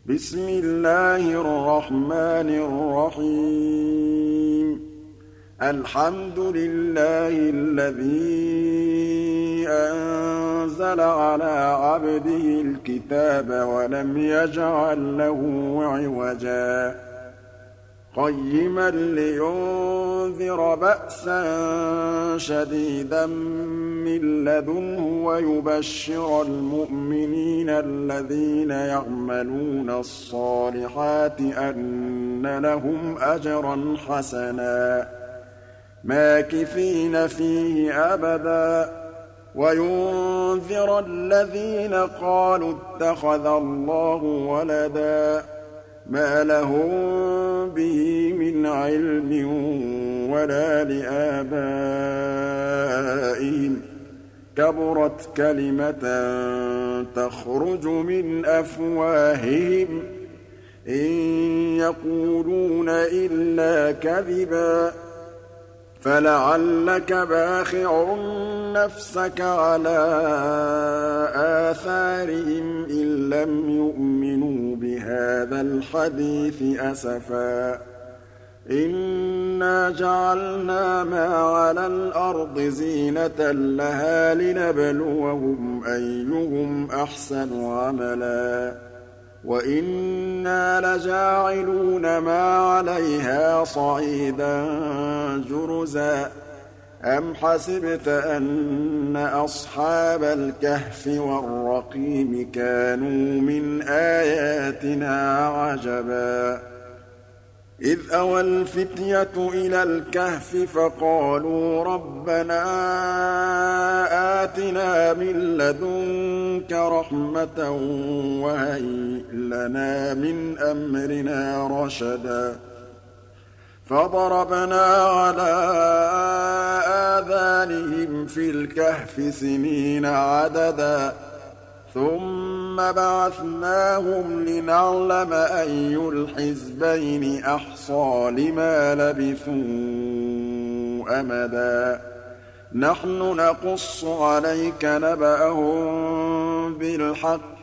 بسم الله الرحمن الرحيم الحمد لله الذي أنزل على عبده الكتاب ولم يجعل له عوجا قيما لينذر بأسا شديدا من لدنه ويبشر المؤمنين الذين يعملون الصالحات أن لهم أجرا حسنا ماكثين فيه أبدا وينذر الذين قالوا اتخذ الله ولدا ما لهم به من علم ولا لآبائهم كبرت كلمة تخرج من أفواههم إن يقولون إلا كذبا فلعلك باخع نفسك على آثارهم إن لم يؤمنوا بهذا الحديث أسفا إنا جعلنا ما على الأرض زينة لها لنبلوهم أيهم أحسن عملا وإنا لجاعلون ما عليها صعيدا جرزا أم حسبت أن أصحاب الكهف والرقيم كانوا من آياتنا عجبا إذ أوى الفتية إلى الكهف فقالوا ربنا آتنا من لدنك رحمة وهيئ لنا من أمرنا رشدا فضربنا على آذانهم في الكهف سنين عددا ثم بعثناهم لنعلم أي الحزبين أحصى لما لبثوا أمدا نحن نقص عليك نبأهم بالحق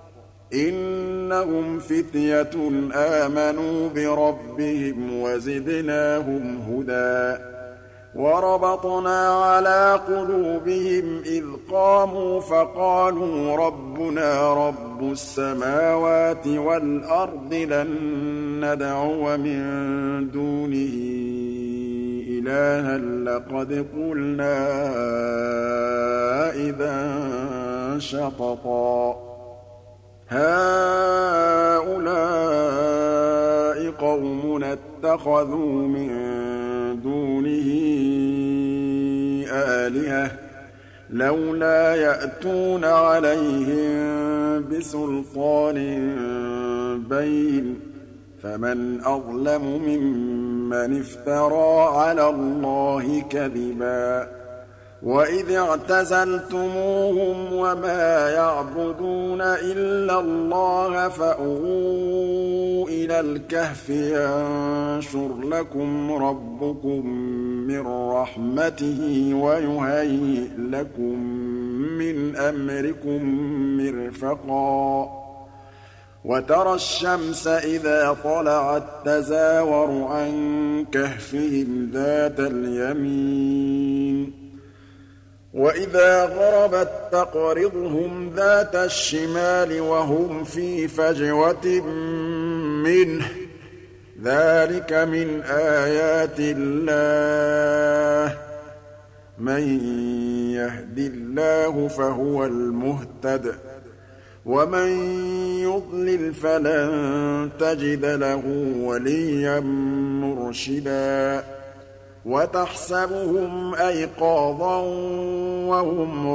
إنهم فتية آمنوا بربهم وزدناهم هدى وربطنا على قلوبهم إذ قاموا فقالوا ربنا رب السماوات والأرض لن ندعو من دونه إلها لقد قلنا إذا شططا هؤلاء قومنا اتخذوا من دونه آلهة لولا يأتون عليهم بسلطان بين فمن أظلم ممن افترى على الله كذبا وإذ اعتزلتموهم وما يعبدون إلا الله فأووا إلى الكهف ينشر لكم ربكم من رحمته ويهيئ لكم من أمركم مرفقا وترى الشمس إذا طلعت تزاور عن كهفهم ذات اليمين وإذا غربت تقرضهم ذات الشمال وهم في فجوة منه ذلك من آيات الله من يهد الله فهو المهتد ومن يضلل فلن تجد له وليا مرشدا وتحسبهم أيقاظا وهم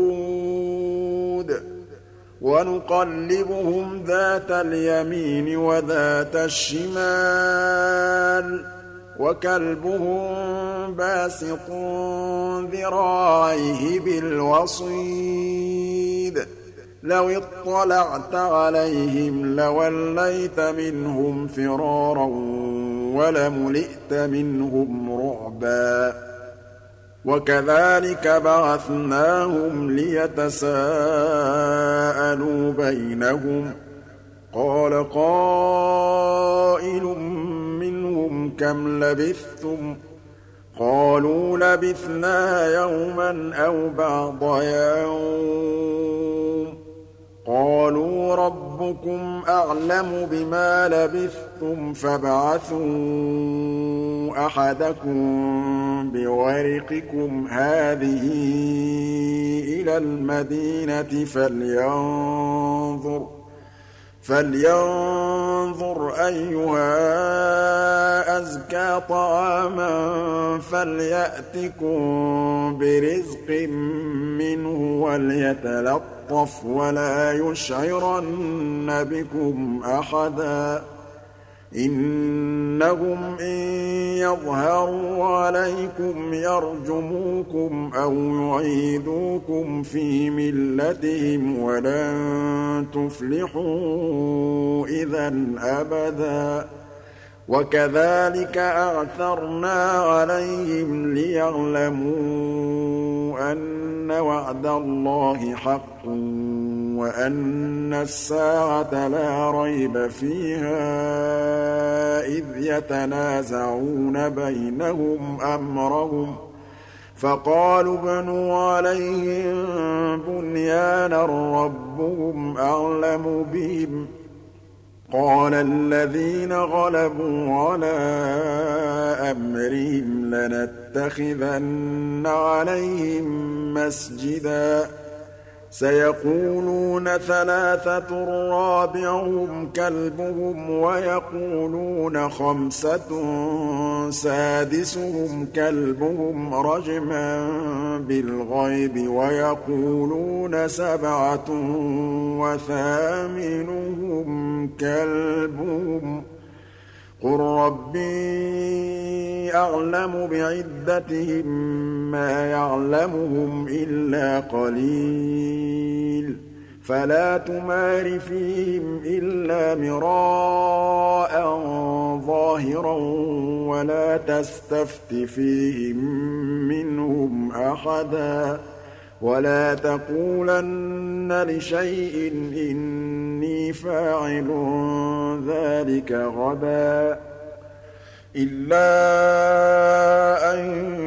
رقود ونقلبهم ذات اليمين وذات الشمال وكلبهم باسط ذراعيه بالوصيد لو اطلعت عليهم لوليت منهم فرارا ولملئت منهم رعبا وكذلك بعثناهم ليتساءلوا بينهم قال قائل منهم كم لبثتم قالوا لبثنا يوما أو بعض يوم قالوا ربكم أعلم بما لبثتم فابعثوا أحدكم بورقكم هذه إلى المدينة فلينظر أيها أزكى طعاما فليأتكم برزق منه وليتلطف ولا يشعرن بكم أحدا إنهم إن يظهروا عليكم يرجموكم أو يعيدوكم في ملتهم ولن تفلحوا إذا أبدا وكذلك أعثرنا عليهم ليعلموا أن وعد الله حق وأن الساعة لا ريب فيها إذ يتنازعون بينهم أمرهم فقالوا ابنوا عليهم بنيانا ربهم أعلم بهم قال الذين غلبوا على أمرهم لنتخذن عليهم مسجدا سيقولون ثلاثة رابعهم كلبهم ويقولون خمسة سادسهم كلبهم رجما بالغيب ويقولون سبعة وثامنهم كلبهم قل ربي أعلم بعدتهم ما يعلمهم إلا قليل فلا تمار فيهم إلا مراء ظاهرا ولا تستفت فيهم منهم أحدا ولا تقولن لشيء إني فاعل ذلك غدا إلا أن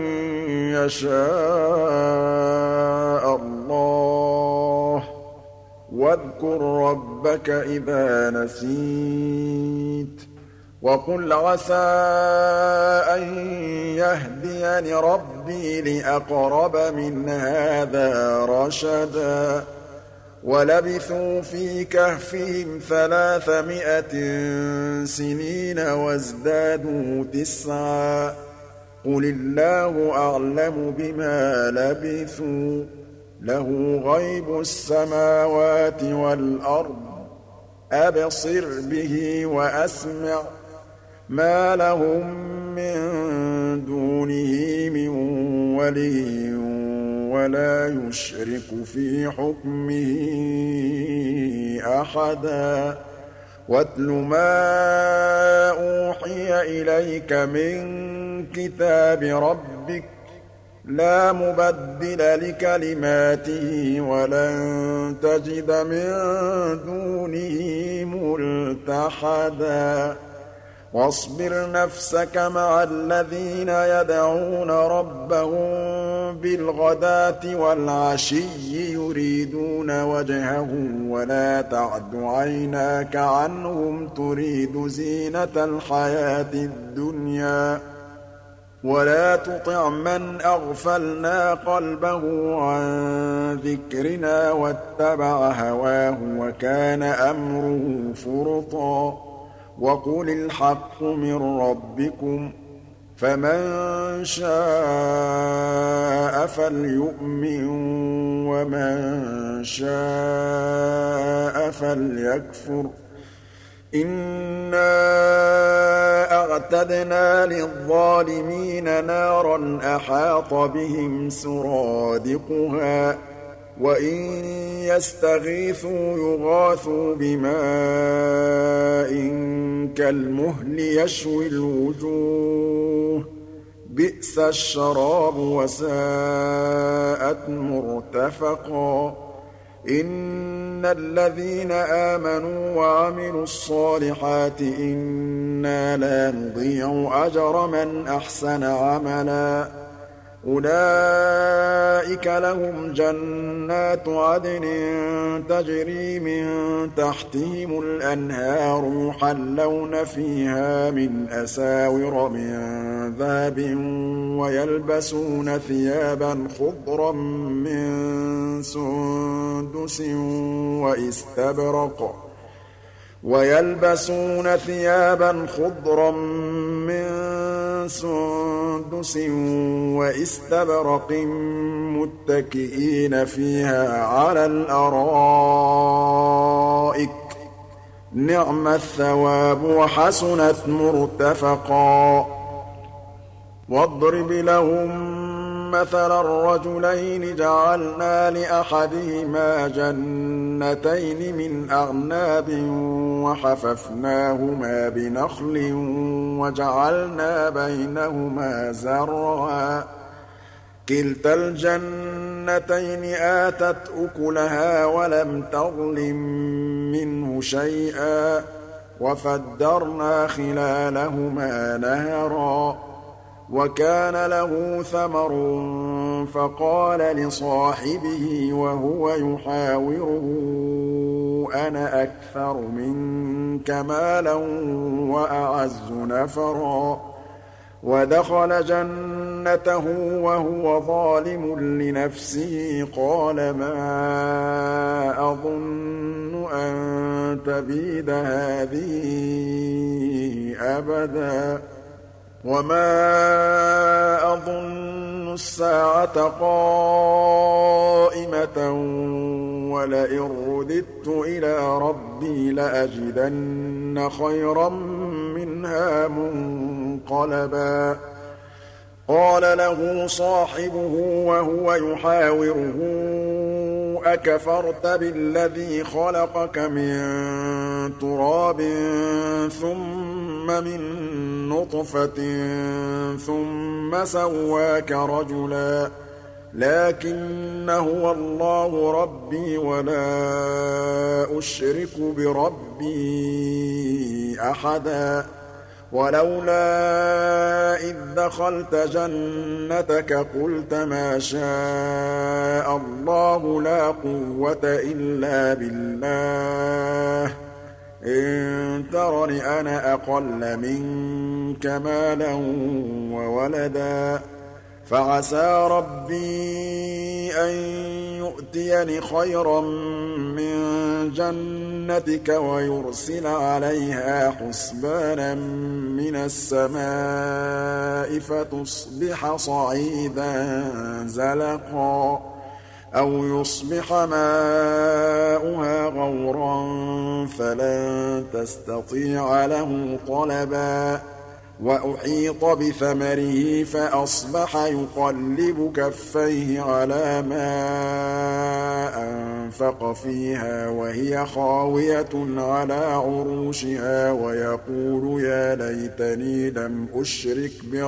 يشاء الله واذكر ربك إذا نسيت وقل عسى أن يهديني ربي لأقرب من هذا رشدا ولبثوا في كهفهم 300 سنين وازدادوا 9 قل الله أعلم بما لبثوا له غيب السماوات والأرض أبصر به وأسمع ما لهم من دونه من ولي ولا يشرك في حكمه أحدا واتل ما أوحي إليك من كتاب ربك لا مبدل لكلماته ولن تجد من دونه ملتحدا واصبر نفسك مع الذين يدعون ربهم بالغداة والعشي يريدون وجهه ولا تعد عيناك عنهم تريد زينة الحياة الدنيا ولا تطع من أغفلنا قلبه عن ذكرنا واتبع هواه وكان أمره فرطا وقل الحق من ربكم فمن شاء فليؤمن ومن شاء فليكفر إنا أعتدنا للظالمين نارا أحاط بهم سرادقها وإن يستغيثوا يغاثوا بماء كالمهل يشوي الوجوه بئس الشراب وساءت مرتفقا إن إِنَّ الَّذِينَ آمَنُوا وَعَمِلُوا الصَّالِحَاتِ إِنَّا لَا نُضِيعُ أَجْرَ مَنْ أَحْسَنَ عَمَلًا أُولَٰئِكَ لَهُمْ جَنَّاتُ عَدْنٍ تَجْرِي مِن تَحْتِهِمُ الْأَنْهَارُ يُحَلَّوْنَ فِيهَا مِنْ أَسَاوِرَ مِن ذَهَبٍ وَيَلْبَسُونَ ثِيَابًا خُضْرًا مِّن سُندُسٍ وَإِسْتَبْرَقٍ مُّتَّكِئِينَ فِيهَا عَلَى الْأَرَائِكِ ۚ نِعْمَ الثَّوَابُ وَحَسُنَتْ مُرْتَفَقًا وَاضْرِبْ لَهُم مَّثَلًا رَّجُلَيْنِ جَعَلْنَا لِأَحَدِهِمَا جَنَّتَيْنِ مِنْ أَعْنَابٍ وَحَفَفْنَاهُمَا بِنَخْلٍ وَجَعَلْنَا بَيْنَهُمَا زَرْعًا كِلْتَا الْجَنَّتَيْنِ آتَتْ أُكُلَهَا وَلَمْ تَظْلِم مِّنْهُ شَيْئًا وَفَجَّرْنَا خِلَالَهُمَا نَهَرًا وَكَانَ لَهُ ثَمَرٌ فَقَالَ لِصَاحِبِهِ وَهُوَ يُحَاوِرُهُ أَنَا أَكْثَرُ مِنكَ مَالًا وَأَعَزُّ نَفَرًا وَدَخَلَ جَنَّتَهُ وَهُوَ ظَالِمٌ لِّنَفْسِهِ قَالَ مَا أَظُنُّ أَن تَبِيدَ هَٰذِهِ أَبَدًا وَمَا أَظُنُّ السَّاعَةَ قَائِمَةً وَلَئِن رُّدِدتُّ إِلَىٰ رَبِّي لَأَجِدَنَّ خَيْرًا مِّنْهَا مُنقَلَبًا قَالَ لَهُ صَاحِبُهُ وَهُوَ يُحَاوِرُهُ أَكَفَرْتَ بِالَّذِي خَلَقَكَ مِن تُرَابٍ ثُمَّ مِن نُّطْفَةٍ ثُمَّ سَوَّاكَ رَجُلًا لَّٰكِنَّ هُوَ اللَّهُ رَبِّي وَلَا أُشْرِكُ بِرَبِّي أَحَدًا وَلَوْلَا إِذ دَخَلْتَ جَنَّتَكَ قُلْتَ مَا شَاءَ اللَّهُ لَا قُوَّةَ إِلَّا بِاللَّهِ إِن تَرَنِ أَنَا أَقَلَّ مِنكَ مَالًا وَوَلَدًا فَعَسَىٰ رَبِّي أَن يُؤْتِيَنِ خَيْرًا مِّن جَنَّتِكَ وَيُرْسِلَ عَلَيْهَا حُسْبَانًا مِّنَ السَّمَاءِ فَتُصْبِحَ صَعِيدًا زَلَقًا أَوْ يُصْبِحَ مَاؤُهَا غَوْرًا فَلَن تَسْتَطِيعَ لَهُ طَلَبًا وَأُحِيطَ بِثَمَرِهِ فَأَصْبَحَ يُقَلِّبُ كَفَّيْهِ عَلَىٰ مَا أَنفَقَ فِيهَا وَهِيَ خَاوِيَةٌ عَلَىٰ عُرُوشِهَا وَيَقُولُ يَا لَيْتَنِي لَمْ أُشْرِكْ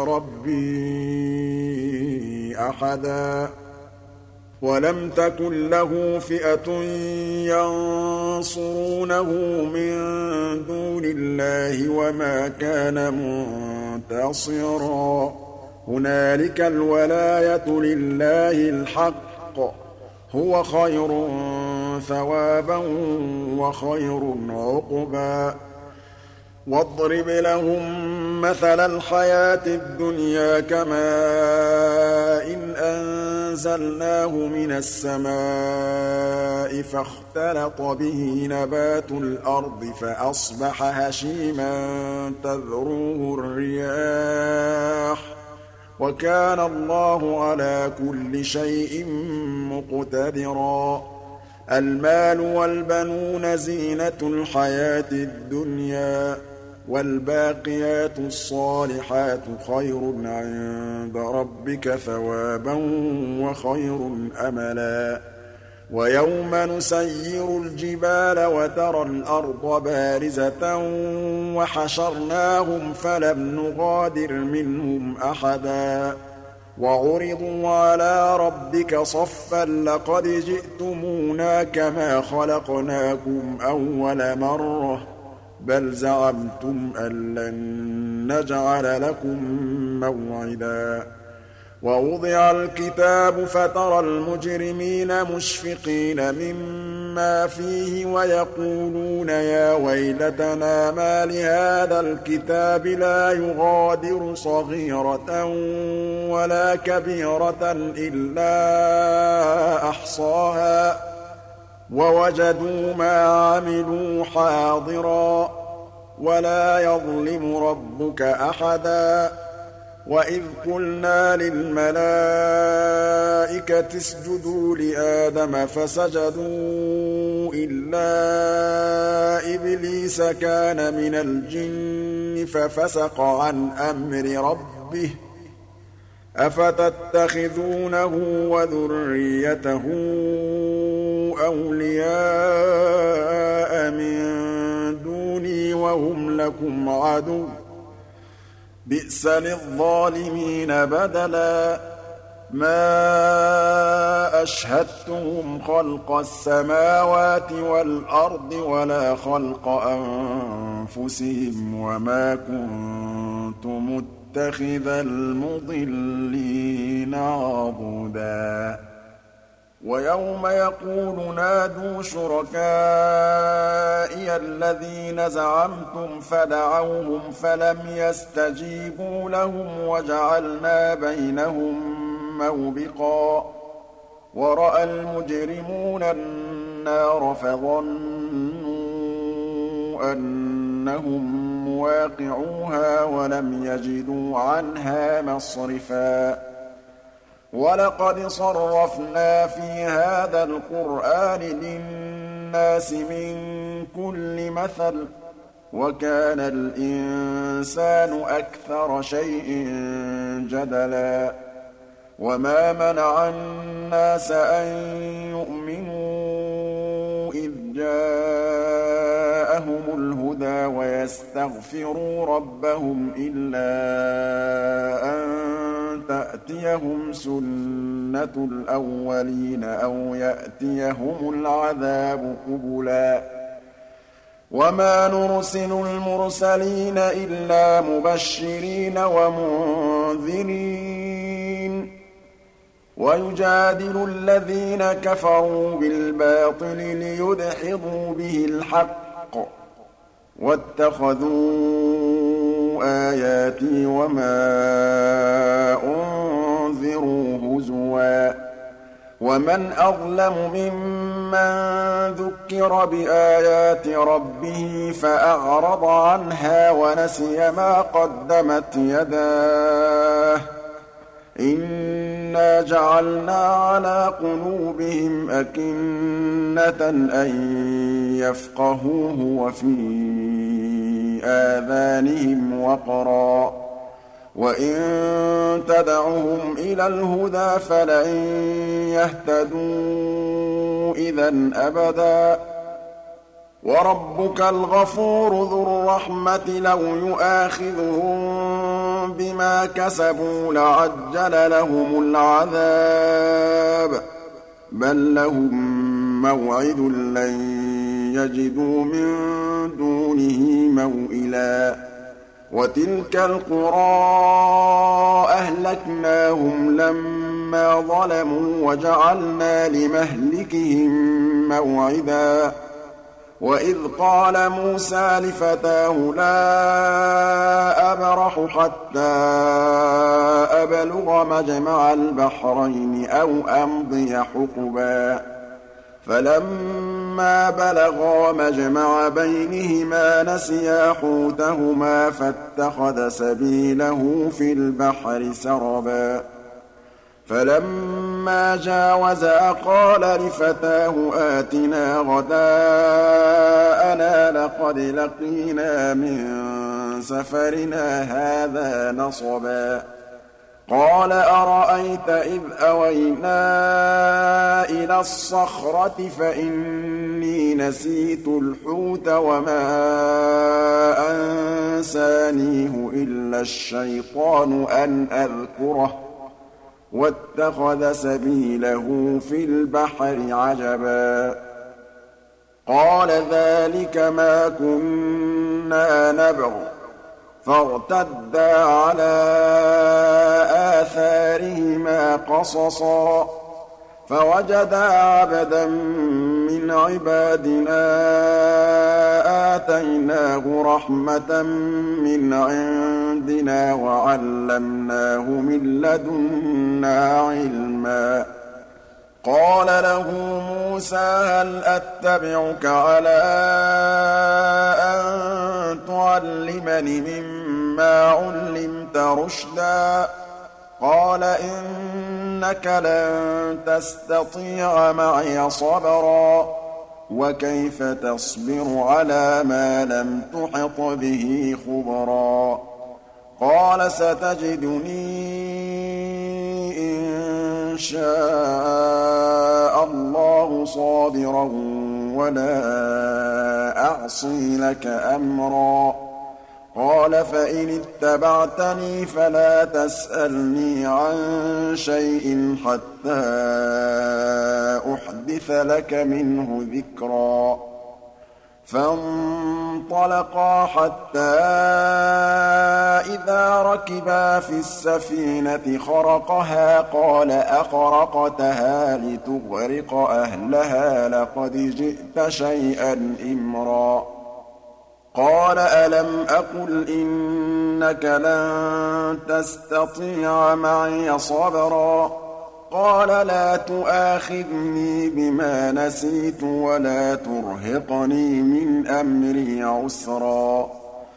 بِرَبِّي أَحَدًا وَلَمْ تَكُن لَّهُ فِئَةٌ يَنصُرُونَهُ مِن دُونِ اللَّهِ وَمَا كَانَ مُنتَصِرًا هُنَالِكَ الْوَلَايَةُ لِلَّهِ الْحَقِّ هُوَ خَيْرٌ ثَوَابًا وَخَيْرٌ عُقْبًا وَاضْرِبْ لَهُم مَّثَلَ الْحَيَاةِ الدُّنْيَا كَمَاءٍ أَنزَلْنَاهُ مِنَ السَّمَاءِ فَاخْتَلَطَ بِهِ نَبَاتُ الْأَرْضِ فَأَصْبَحَ هَشِيمًا تَذْرُوهُ الرِّيَاحُ ۗ وَكَانَ اللَّهُ عَلَىٰ كُلِّ شَيْءٍ مُّقْتَدِرًا الْمَالُ وَالْبَنُونَ زِينَةُ الْحَيَاةِ الدُّنْيَا وَالْبَاقِيَاتُ الصَّالِحَاتُ خَيْرٌ عِندَ رَبِّكَ ثَوَابًا وَخَيْرٌ أَمَلًا وَيَوْمَ نُسَيِّرُ الْجِبَالَ وَتَرَى الْأَرْضَ بَارِزَةً وَحَشَرْنَاهُمْ فَلَمْ نُغَادِرْ مِنْهُمْ أَحَدًا وعرضوا على ربك صفا لقد جئتمونا كما خلقناكم أول مرة بل زعمتم أن لن نجعل لكم موعدا ووضع الكتاب فترى المجرمين مشفقين مما فيه ويقولون يا ويلتنا ما لهذا الكتاب لا يغادر صغيرة ولا كبيرة إلا أحصاها ووجدوا ما عملوا حاضرا ولا يظلم ربك أحدا وإذ قلنا للملائكة اسجدوا لآدم فسجدوا إلا إبليس كان من الجن ففسق عن أمر ربه أفتتخذونه وذريته أولياء من دوني وهم لكم عدو بئس للظالمين بدلا ما أشهدتهم خلق السماوات والأرض ولا خلق أنفسهم وما كنت متخذ المضلين عضدا ويوم يقول نادوا شركائي الذين زعمتم فدعوهم فلم يستجيبوا لهم وجعلنا بينهم موبقا ورأى المجرمون النار فظنوا أنهم مواقعوها ولم يجدوا عنها مصرفا ولقد صرفنا في هذا القرآن للناس من كل مثل وكان الإنسان أكثر شيء جدلا وما منع الناس أن يؤمنوا إذ جاءهم الهدى ويستغفروا ربهم إلا أن تأتيهم سنة الأولين أو يأتيهم العذاب قبلا وما نرسل المرسلين إلا مبشرين ومنذرين ويجادل الذين كفروا بالباطل ليدحضوا به الحق واتخذوا آياتي وما أنذروا هزوا ومن أظلم ممن ذكر بآيات ربه فأعرض عنها ونسي ما قدمت يداه إنا جعلنا على قلوبهم أكنة أن يفقهوه وفي آذانهم وقرا وإن تدعهم إلى الهدى فلن يهتدوا إذًا أبدا وربك الغفور ذو الرحمة لو يؤاخذهم بما كسبوا لعجل لهم العذاب بل لهم موعد لن يجدوا من دونه موئلا وتلك القرى أهلكناهم لما ظلموا وجعلنا لمهلكهم موعدا وإذ قال موسى لفتاه لا أبرح حتى أبلغ مجمع البحرين أو أمضي حقبا فلما بلغا مجمع بينهما نسيا حوتهما فاتخذ سبيله في البحر سربا فلما جاوزا قال لفتاه آتنا غداءنا لقد لقينا من سفرنا هذا نصبا قال أرأيت إذ أوينا إلى الصخرة فإني نسيت الحوت وما أنسانيه إلا الشيطان أن أذكره واتخذ سبيله في البحر عجبا قال ذلك ما كنا نبغ فارتدا على آثارهما قصصا فوجدا عبدا من عبادنا آتيناه رحمة من عندنا وعلمناه من لدنا علما قال له موسى هل أتبعك على أن تعلمني مما علمت رشدا قال إنك لن تستطيع معي صبرا وكيف تصبر على ما لم تحط به خبرا قال ستجدني إن شاء الله صابرا ولا أعصي لك أمرا قال فإن اتبعتني فلا تسألني عن شيء حتى أحدث لك منه ذكرا فانطلقا حتى إذا ركبا في السفينة خرقها قال أخرقتها لتغرق أهلها لقد جئت شيئا إمرا قال ألم أقل إنك لن تستطيع معي صبرا قال لا تؤاخذني بما نسيت ولا ترهقني من أمري عسرا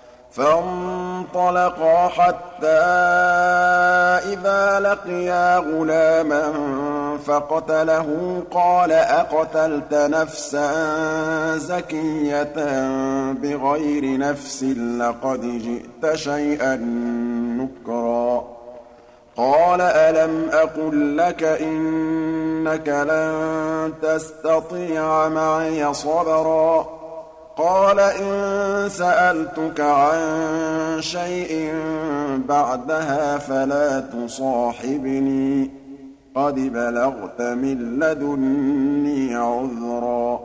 فانطلقا حتى إذا لقيا غلاما فقتله قال أقتلت نفسا زكية بغير نفس لقد جئت شيئا نكرا قال ألم أقل لك إنك لن تستطيع معي صبرا قال إن سألتك عن شيء بعدها فلا تصاحبني قد بلغت من لدني عذرا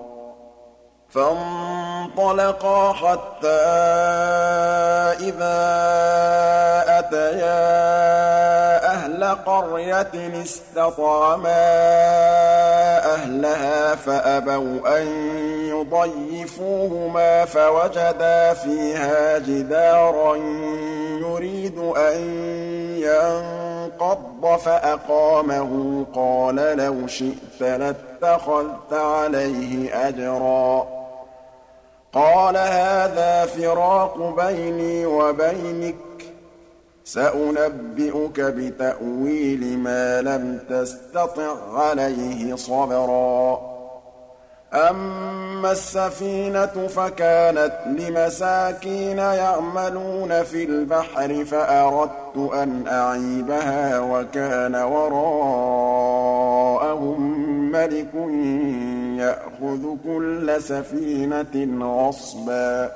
فانطلقا حتى إذا أتيا أهل قرية استطعما أهلها فأبوا أن يضيفوهما فوجدا فيها جدارا يريد أن ينقض فأقامه قال لو شئت لاتخذت عليه أجرا قال هذا فراق بيني وبينك سأنبئك بتأويل ما لم تستطع عليه صبرا أما السفينة فكانت لمساكين يعملون في البحر فأردت أن أعيبها وكان وراءهم ملك يأخذ كل سفينة غصبا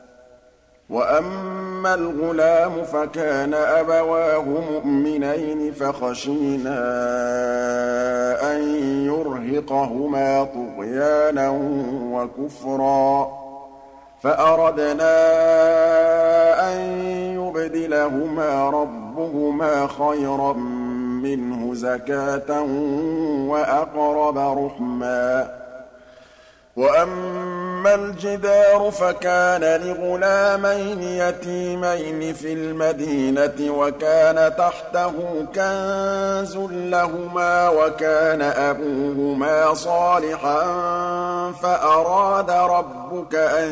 وأما الغلام فكان أبواه مؤمنين فخشينا أن يرهقهما طغيانا وكفرا فأردنا أن يبدلهما ربهما خيرا منه زكاة وأقرب رحما وأما الجدار فكان لغلامين يتيمين في المدينة وكان تحته كنز لهما وكان أبوهما صالحا فأراد ربك أن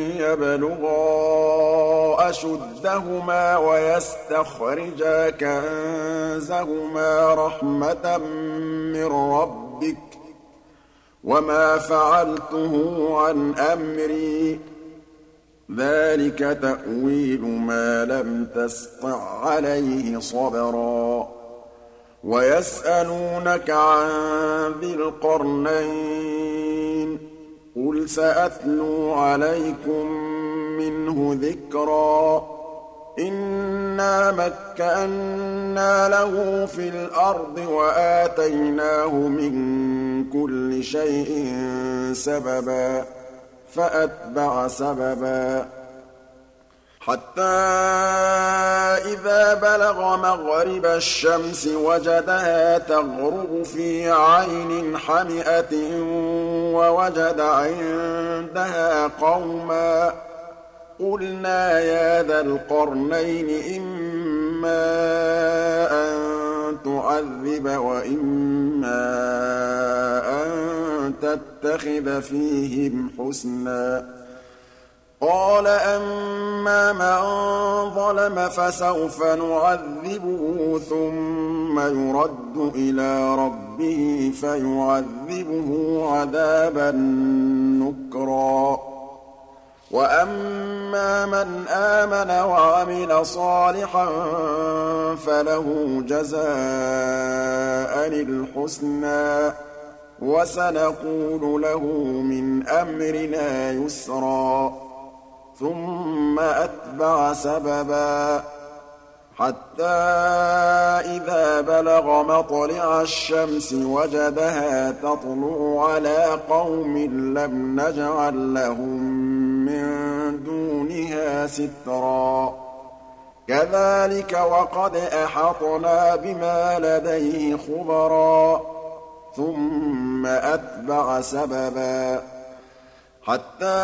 يبلغا أشدهما ويستخرجا كنزهما رحمة من ربك وما فعلته عن أمري ذلك تأويل ما لم تسطع عليه صبرا ويسألونك عن ذي القرنين قل سأتلو عليكم منه ذكرا إِنَّا مَكَّنَّا لَهُ فِي الْأَرْضِ وَآتَيْنَاهُ مِن كُلِّ شَيْءٍ سَبَبًا فَأَتْبَعَ سَبَبًا حَتَّىٰ إِذَا بَلَغَ مَغْرِبَ الشَّمْسِ وَجَدَهَا تَغْرُبُ فِي عَيْنٍ حَمِئَةٍ وَوَجَدَ عِندَهَا قَوْمًا قُلْنَا يَا ذَا الْقَرْنَيْنِ إِمَّا أَن تُعَذِّبَ وَإِمَّا أَن تَتَّخِذَ فِيهِمْ حُسْنًا قَالَ أَمَّا مَن ظَلَمَ فَسَوْفَ نُعَذِّبُهُ ثُمَّ يُرَدُّ إِلَىٰ رَبِّهِ فَيُعَذِّبُهُ عَذَابًا نُّكْرًا وَأَمَّا مَنْ آمَنَ وَعَمِلَ صَالِحًا فَلَهُ جَزَاءً الْحُسْنَىٰ وَسَنَقُولُ لَهُ مِنْ أَمْرِنَا يُسْرًا ثُمَّ أَتْبَعَ سَبَبًا حَتَّىٰ إِذَا بَلَغَ مَطْلِعَ الشَّمْسِ وَجَدَهَا تَطْلُعُ عَلَىٰ قَوْمٍ لَّمْ نَجْعَل لَّهُم مِّن دُونِهَا سِتْرًا كَذَٰلِكَ وَقَدْ أَحَطْنَا بِمَا لَدَيْهِ خُبْرًا ثُمَّ أَتْبَعَ سَبَبًا حَتَّىٰ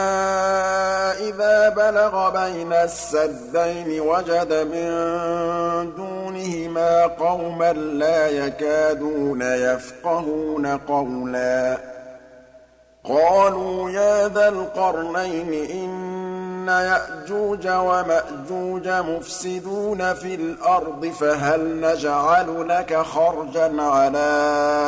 إِذَا بَلَغَ بَيْنَ السَّدَّيْنِ وَجَدَ مِن دُونِهِمَا قَوْمًا لَّا يَكَادُونَ يَفْقَهُونَ قَوْلًا قَالُوا يَا ذَا الْقَرْنَيْنِ إِنَّ يَأْجُوجَ وَمَأْجُوجَ مُفْسِدُونَ فِي الْأَرْضِ فَهَلْ نَجْعَلُ لَكَ خَرْجًا عَلَىٰ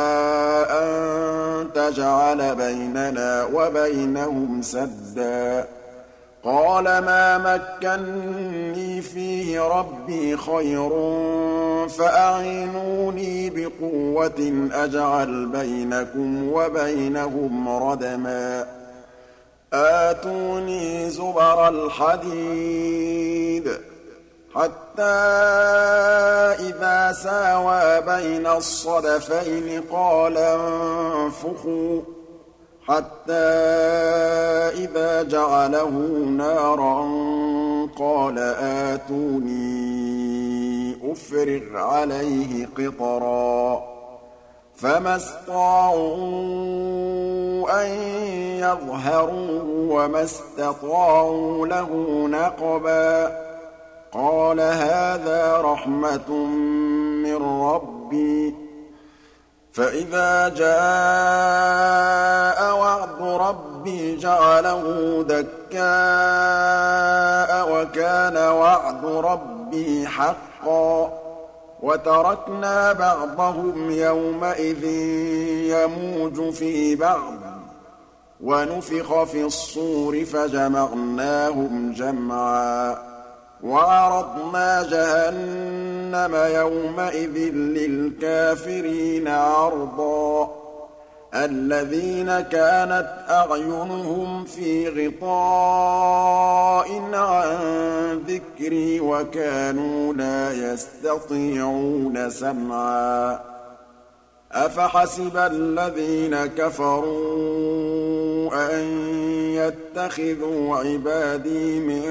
أَن تَجْعَلَ بَيْنَنَا وَبَيْنَهُمْ سَدًّا قَالَ مَا مَكَّنِّي فِيهِ رَبِّي خَيْرٌ فَأَعِينُونِي بِقُوَّةٍ أَجْعَلْ بَيْنَكُمْ وَبَيْنَهُمْ رَدْمًا آتُونِي زُبَرَ الْحَدِيدِ حَتَّىٰ إِذَا سَاوَىٰ بَيْنَ الصَّدَفَيْنِ قَالَ انفُخُوا حَتَّىٰ إِذَا جَعَلَهُ نَارًا قَالَ آتُونِي أُفْرِغْ عَلَيْهِ قِطْرًا فَمَا اسْطَاعُوا أَن يَظْهَرُوهُ وَمَا اسْتَطَاعُوا لَهُ نَقْبًا قَالَ هَٰذَا رَحْمَةٌ مِّن رَّبِّي فَإِذَا جَاءَ وَعْدُ رَبِّي جَعَلَهُ دَكَّاءَ وَكَانَ وَعْدُ رَبِّي حَقًّا وَتَرَكْنَا بَعْضَهُمْ يَوْمَئِذٍ يَمُوجُ فِي بَعْضٍ وَنُفِخَ فِي الصُّورِ فَجَمَعْنَاهُمْ جَمْعًا وَعَرَضْنَا جَهَنَّمَ يَوْمَئِذٍ لِّلْكَافِرِينَ عَرْضًا الَّذِينَ كَانَتْ أَعْيُنُهُمْ فِي غِطَاءٍ عَن ذِكْرِي وَكَانُوا لَا يَسْتَطِيعُونَ سَمْعًا أَفَحَسِبَ الَّذِينَ كَفَرُوا أَن يَتَّخِذُوا عِبَادِي مِن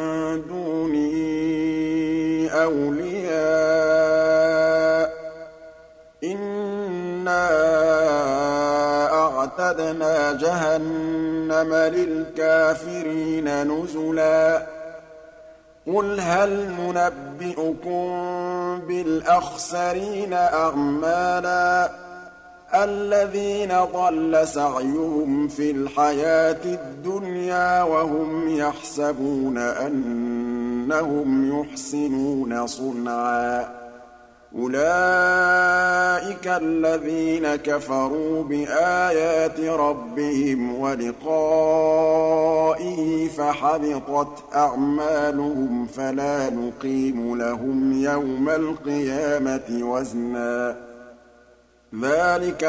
دُونِي أَوْلِيَاءَ إِنَّا أَعْتَدْنَا جَهَنَّمَ لِلْكَافِرِينَ نُزُلًا قُلْ هَلْ نُنَبِّئُكُم بِالْأَخْسَرِينَ أَعْمَالًا الَّذِينَ ضَلَّ سَعْيُهُمْ فِي الْحَيَاةِ الدُّنْيَا وَهُمْ يَحْسَبُونَ أَنَّهُمْ يُحْسِنُونَ صُنْعًا أُولَٰئِكَ الَّذِينَ كَفَرُوا بِآيَاتِ رَبِّهِمْ وَلِقَائِهِ فَحَبِطَتْ أَعْمَالُهُمْ فَلَا نُقِيمُ لَهُمْ يَوْمَ الْقِيَامَةِ وَزْنًا ذَٰلِكَ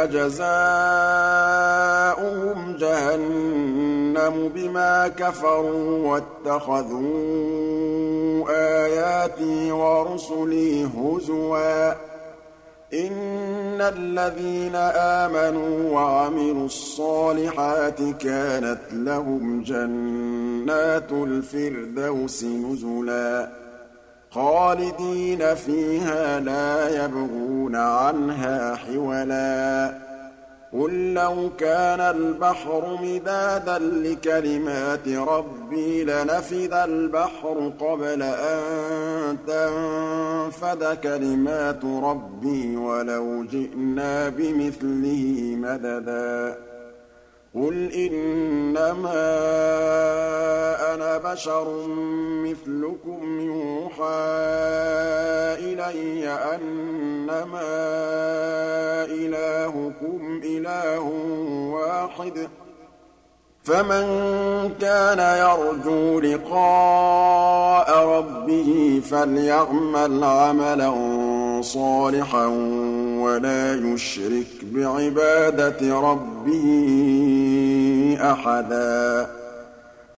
جَزَاؤُهُمْ جَهَنَّمُ بِمَا كَفَرُوا وَاتَّخَذُوا آيَاتِي وَرُسُلِي هُزُوًا ۚ إِنَّ الَّذِينَ آمَنُوا وَعَمِلُوا الصَّالِحَاتِ كَانَتْ لَهُمْ جَنَّاتُ الْفِرْدَوْسِ نُزُلًا خَالِدِينَ فِيهَا لَا يَبْغُونَ عَنْهَا حِوَلًا قُل لَّوْ كَانَ الْبَحْرُ مِدَادًا لِّكَلِمَاتِ رَبِّي لَنَفِدَ الْبَحْرُ قَبْلَ أَن تَنفَدَ كَلِمَاتُ رَبِّي وَلَوْ جِئْنَا بِمِثْلِهِ مَدَدًا قُلْ إِنَّمَا أَنَا بَشَرٌ مِّثْلُكُمْ يُوحَىٰ إِلَيَّ أَنَّمَا إِلَٰهُكُمْ إِلَٰهٌ وَاحِدٌ ۖ فَمَن كَانَ يَرْجُو لِقَاءَ رَبِّهِ فَلْيَعْمَلْ عَمَلًا صَالِحًا وَلَا يُشْرِكْ بِعِبَادَةِ رَبِّهِ أَحَدًا